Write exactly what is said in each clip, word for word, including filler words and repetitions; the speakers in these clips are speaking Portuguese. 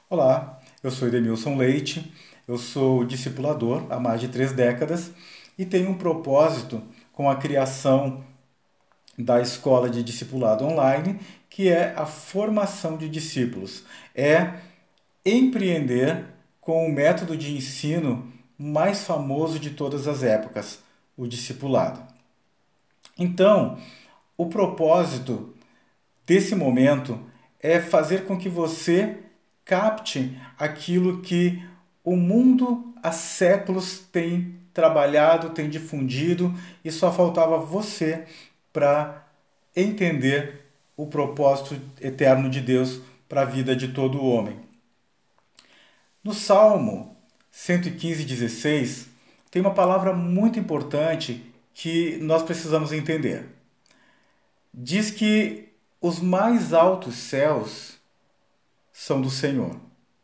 Olá, eu sou Edemilson Leite, eu sou discipulador há mais de três décadas e tenho um propósito com a criação da Escola de Discipulado Online, que é a formação de discípulos. É empreender com o método de ensino mais famoso de todas as épocas, o discipulado. Então, o propósito desse momento é fazer com que você capte aquilo que o mundo há séculos tem trabalhado, tem difundido e só faltava você para entender o propósito eterno de Deus para a vida de todo homem. No Salmo cento e quinze, dezesseis, tem uma palavra muito importante que nós precisamos entender. Diz que os mais altos céus são do Senhor.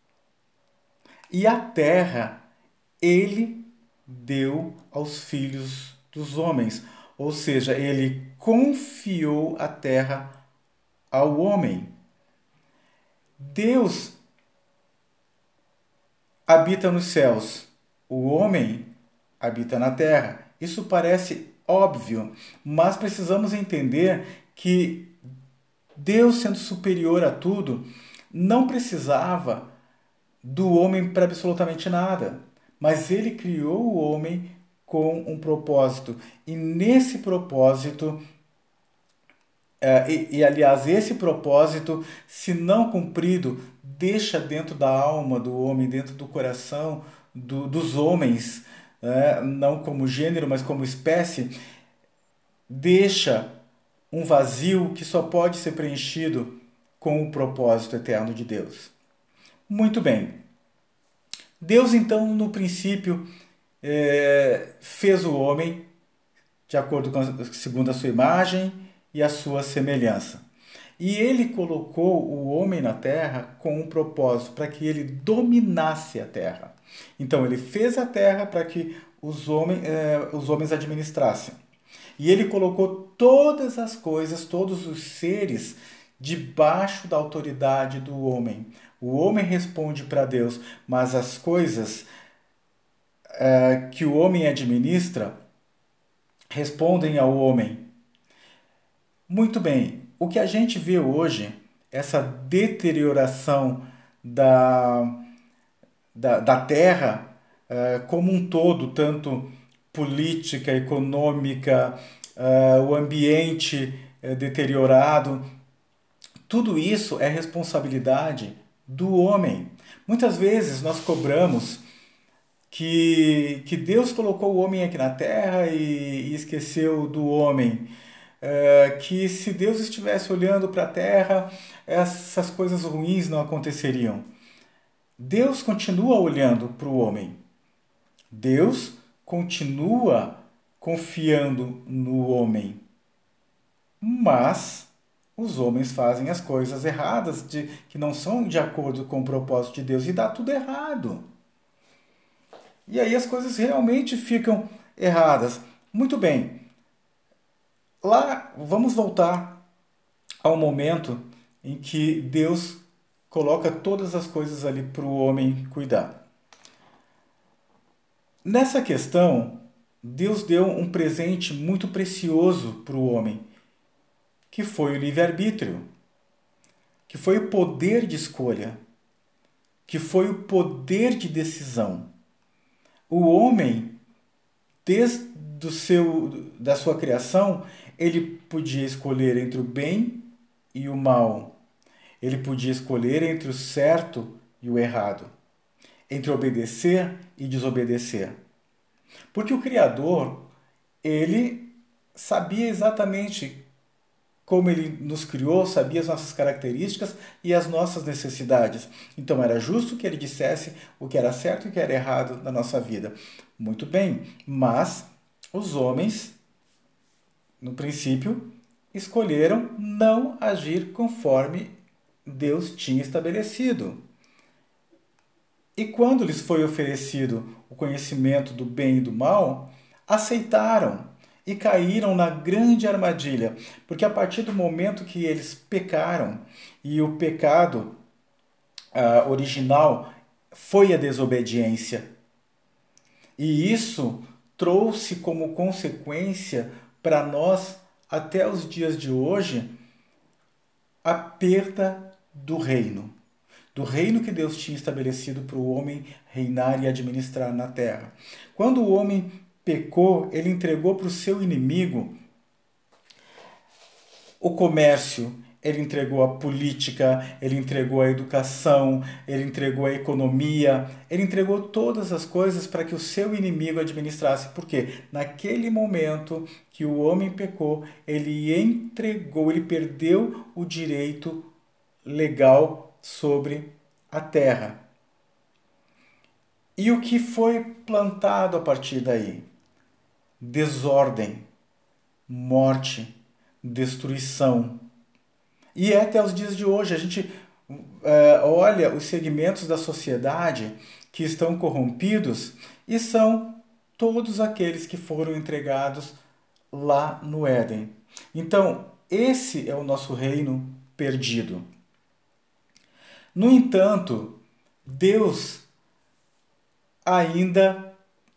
E a terra ele deu aos filhos dos homens. Ou seja, ele confiou a terra ao homem. Deus habita nos céus, o homem habita na terra. Isso parece óbvio, mas precisamos entender que Deus, sendo superior a tudo, não precisava do homem para absolutamente nada, mas ele criou o homem com um propósito. E nesse propósito, é, e, e aliás, esse propósito, se não cumprido, deixa dentro da alma do homem, dentro do coração do, dos homens, é, não como gênero, mas como espécie, deixa um vazio que só pode ser preenchido com o propósito eterno de Deus. Muito bem. Deus, então, no princípio, é, fez o homem de acordo com a, segundo a sua imagem e a sua semelhança. E ele colocou o homem na terra com um propósito, para que ele dominasse a terra. Então, ele fez a terra para que os homens, é, os homens administrassem. E ele colocou todas as coisas, todos os seres, debaixo da autoridade do homem. O homem responde para Deus, mas as coisas é, que o homem administra respondem ao homem. Muito bem, o que a gente vê hoje, essa deterioração da, da, da terra é, como um todo, tanto política, econômica, é, o ambiente é, deteriorado, tudo isso é responsabilidade do homem. Muitas vezes nós cobramos que, que Deus colocou o homem aqui na terra e, e esqueceu do homem. É, que se Deus estivesse olhando para a terra, essas coisas ruins não aconteceriam. Deus continua olhando para o homem. Deus continua confiando no homem. Mas os homens fazem as coisas erradas, de, que não são de acordo com o propósito de Deus, e dá tudo errado. E aí as coisas realmente ficam erradas. Muito bem. Lá, vamos voltar ao momento em que Deus coloca todas as coisas ali para o homem cuidar. Nessa questão, Deus deu um presente muito precioso para o homem, que foi o livre-arbítrio, que foi o poder de escolha, que foi o poder de decisão. O homem, desde do seu, da sua criação, ele podia escolher entre o bem e o mal. Ele podia escolher entre o certo e o errado, entre obedecer e desobedecer. Porque o Criador, ele sabia exatamente como ele nos criou, sabia as nossas características e as nossas necessidades. Então era justo que ele dissesse o que era certo e o que era errado na nossa vida. Muito bem, mas os homens, no princípio, escolheram não agir conforme Deus tinha estabelecido. E quando lhes foi oferecido o conhecimento do bem e do mal, aceitaram e caíram na grande armadilha, porque a partir do momento que eles pecaram, e o pecado uh, original foi a desobediência. E isso trouxe como consequência para nós, até os dias de hoje, a perda do reino. Do reino que Deus tinha estabelecido para o homem reinar e administrar na terra. Quando o homem pecou, ele entregou para o seu inimigo o comércio, ele entregou a política, ele entregou a educação, ele entregou a economia, ele entregou todas as coisas para que o seu inimigo administrasse. Porque naquele momento que o homem pecou, ele entregou, ele perdeu o direito legal sobre a terra. E o que foi plantado a partir daí? Desordem, morte, destruição. E é até os dias de hoje. A gente é, olha os segmentos da sociedade que estão corrompidos e são todos aqueles que foram entregados lá no Éden. Então, esse é o nosso reino perdido. No entanto, Deus ainda,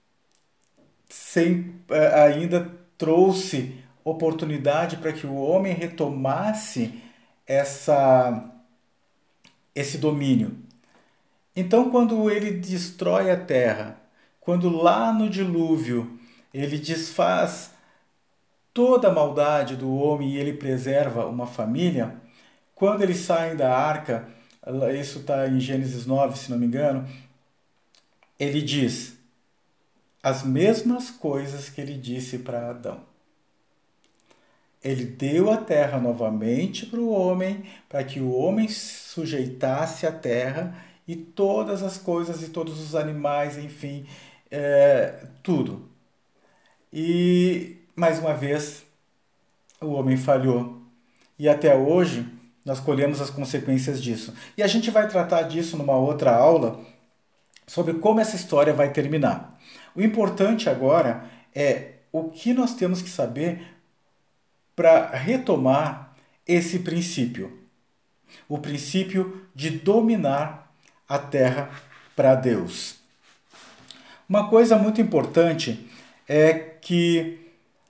sem, ainda trouxe oportunidade para que o homem retomasse essa, esse domínio. Então, quando ele destrói a terra, quando lá no dilúvio ele desfaz toda a maldade do homem e ele preserva uma família, quando eles saem da arca, isso está em Gênesis nove, se não me engano, ele diz as mesmas coisas que ele disse para Adão. Ele deu a terra novamente para o homem, para que o homem sujeitasse a terra e todas as coisas e todos os animais, enfim, é, tudo. E, mais uma vez, o homem falhou. E até hoje, nós colhemos as consequências disso. E a gente vai tratar disso numa outra aula, sobre como essa história vai terminar. O importante agora é o que nós temos que saber para retomar esse princípio. O princípio de dominar a terra para Deus. Uma coisa muito importante é que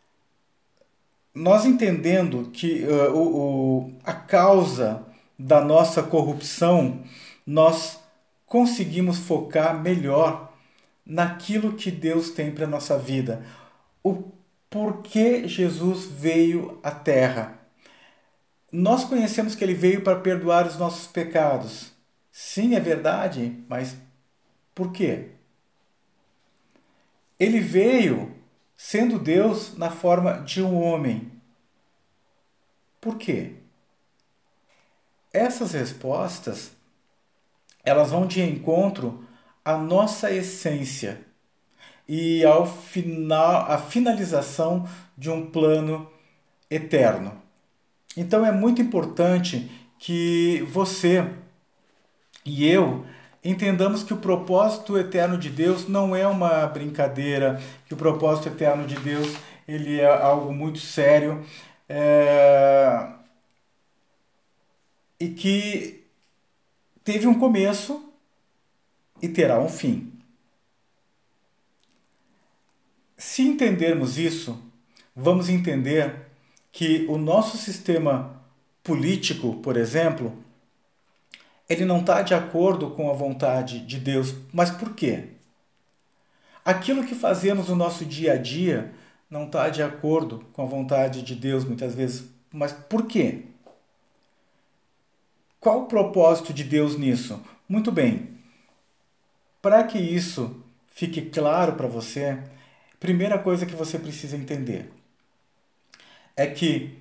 nós entendendo que uh, o, o, a causa da nossa corrupção, nós conseguimos focar melhor naquilo que Deus tem para a nossa vida. O porquê Jesus veio à Terra. Nós conhecemos que ele veio para perdoar os nossos pecados. Sim, é verdade, mas por quê? Ele veio sendo Deus na forma de um homem. Por quê? Essas respostas, elas vão de encontro à nossa essência e ao final, a finalização de um plano eterno. Então é muito importante que você e eu entendamos que o propósito eterno de Deus não é uma brincadeira, que o propósito eterno de Deus ele é algo muito sério, é... e que teve um começo e terá um fim. Se entendermos isso, vamos entender que o nosso sistema político, por exemplo, ele não está de acordo com a vontade de Deus. Mas por quê? Aquilo que fazemos no nosso dia a dia não está de acordo com a vontade de Deus, muitas vezes. Mas por quê? Qual o propósito de Deus nisso? Muito bem, para que isso fique claro para você, primeira coisa que você precisa entender é que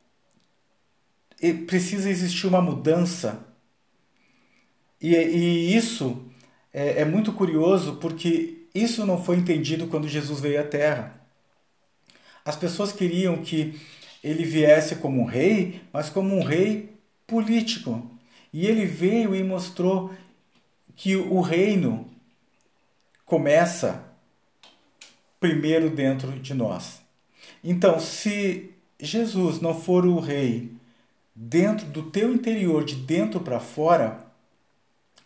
precisa existir uma mudança. E, e isso é, é muito curioso porque isso não foi entendido quando Jesus veio à Terra. As pessoas queriam que ele viesse como um rei, mas como um rei político. E ele veio e mostrou que o reino começa primeiro dentro de nós. Então, se Jesus não for o rei dentro do teu interior, de dentro para fora,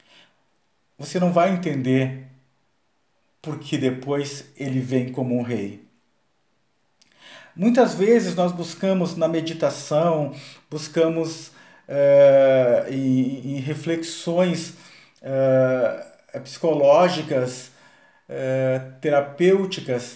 você não vai entender porque depois ele vem como um rei. Muitas vezes nós buscamos na meditação, buscamos eh, em, em reflexões eh, psicológicas, eh, terapêuticas,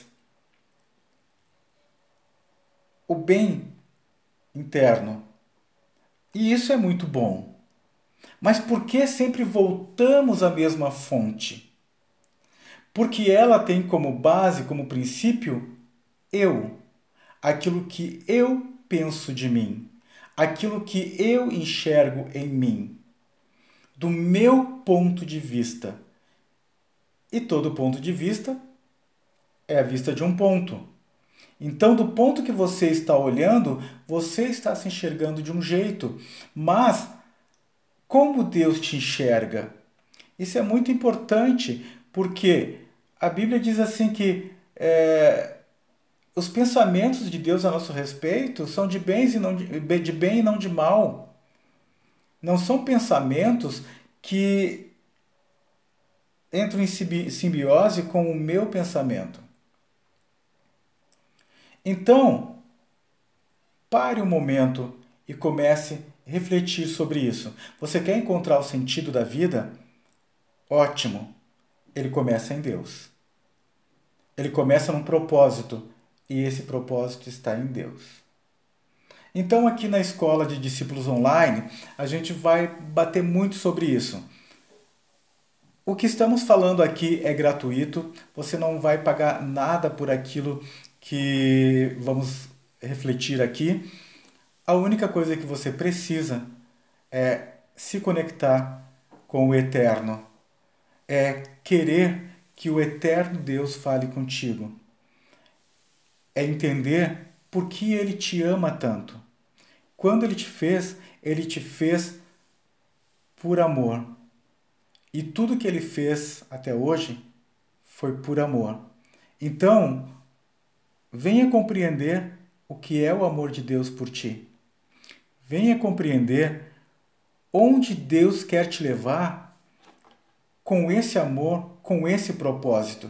o bem interno. E isso é muito bom. Mas por que sempre voltamos à mesma fonte? Porque ela tem como base, como princípio, eu. Aquilo que eu penso de mim. Aquilo que eu enxergo em mim. Do meu ponto de vista. E todo ponto de vista é a vista de um ponto. Então, do ponto que você está olhando, você está se enxergando de um jeito. Mas, como Deus te enxerga? Isso é muito importante, porque a Bíblia diz assim que é, os pensamentos de Deus a nosso respeito são de, bens e não de, de bem e não de mal. Não são pensamentos que entram em simbiose com o meu pensamento. Então, pare um momento e comece a refletir sobre isso. Você quer encontrar o sentido da vida? Ótimo. Ele começa em Deus. Ele começa num propósito e esse propósito está em Deus. Então, aqui na Escola de Discípulos Online, a gente vai bater muito sobre isso. O que estamos falando aqui é gratuito, você não vai pagar nada por aquilo que vamos refletir aqui. A única coisa que você precisa é se conectar com o Eterno, é querer que o Eterno Deus fale contigo, é entender por que Ele te ama tanto. Quando Ele te fez, Ele te fez por amor. E tudo que Ele fez até hoje foi por amor. Então, venha compreender o que é o amor de Deus por ti. Venha compreender onde Deus quer te levar com esse amor, com esse propósito.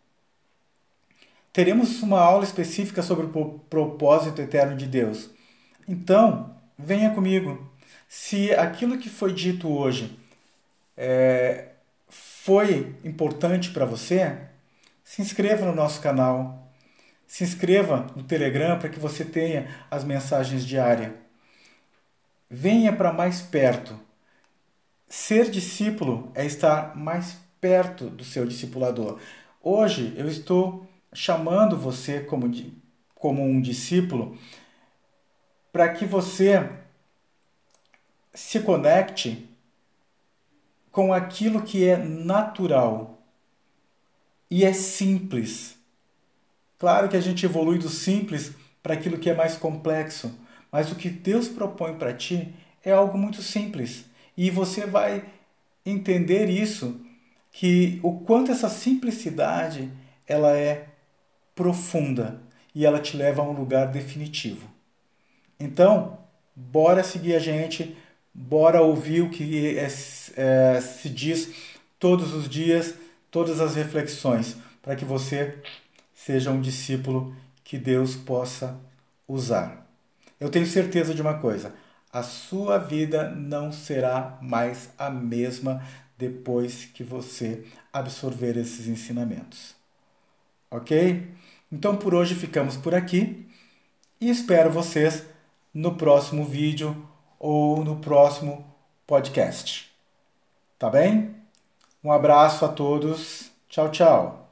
Teremos uma aula específica sobre o propósito eterno de Deus. Então, venha comigo. Se aquilo que foi dito hoje é, foi importante para você, se inscreva no nosso canal. Se inscreva no Telegram para que você tenha as mensagens diárias. Venha para mais perto. Ser discípulo é estar mais perto do seu discipulador. Hoje eu estou chamando você como, como um discípulo para que você se conecte com aquilo que é natural e é simples. Claro que a gente evolui do simples para aquilo que é mais complexo, mas o que Deus propõe para ti é algo muito simples. E você vai entender isso, que o quanto essa simplicidade ela é profunda e ela te leva a um lugar definitivo. Então, bora seguir a gente, bora ouvir o que é, é, se diz todos os dias, todas as reflexões, para que você seja um discípulo que Deus possa usar. Eu tenho certeza de uma coisa, a sua vida não será mais a mesma depois que você absorver esses ensinamentos. Ok? Então por hoje ficamos por aqui e espero vocês no próximo vídeo ou no próximo podcast. Tá bem? Um abraço a todos. Tchau, tchau.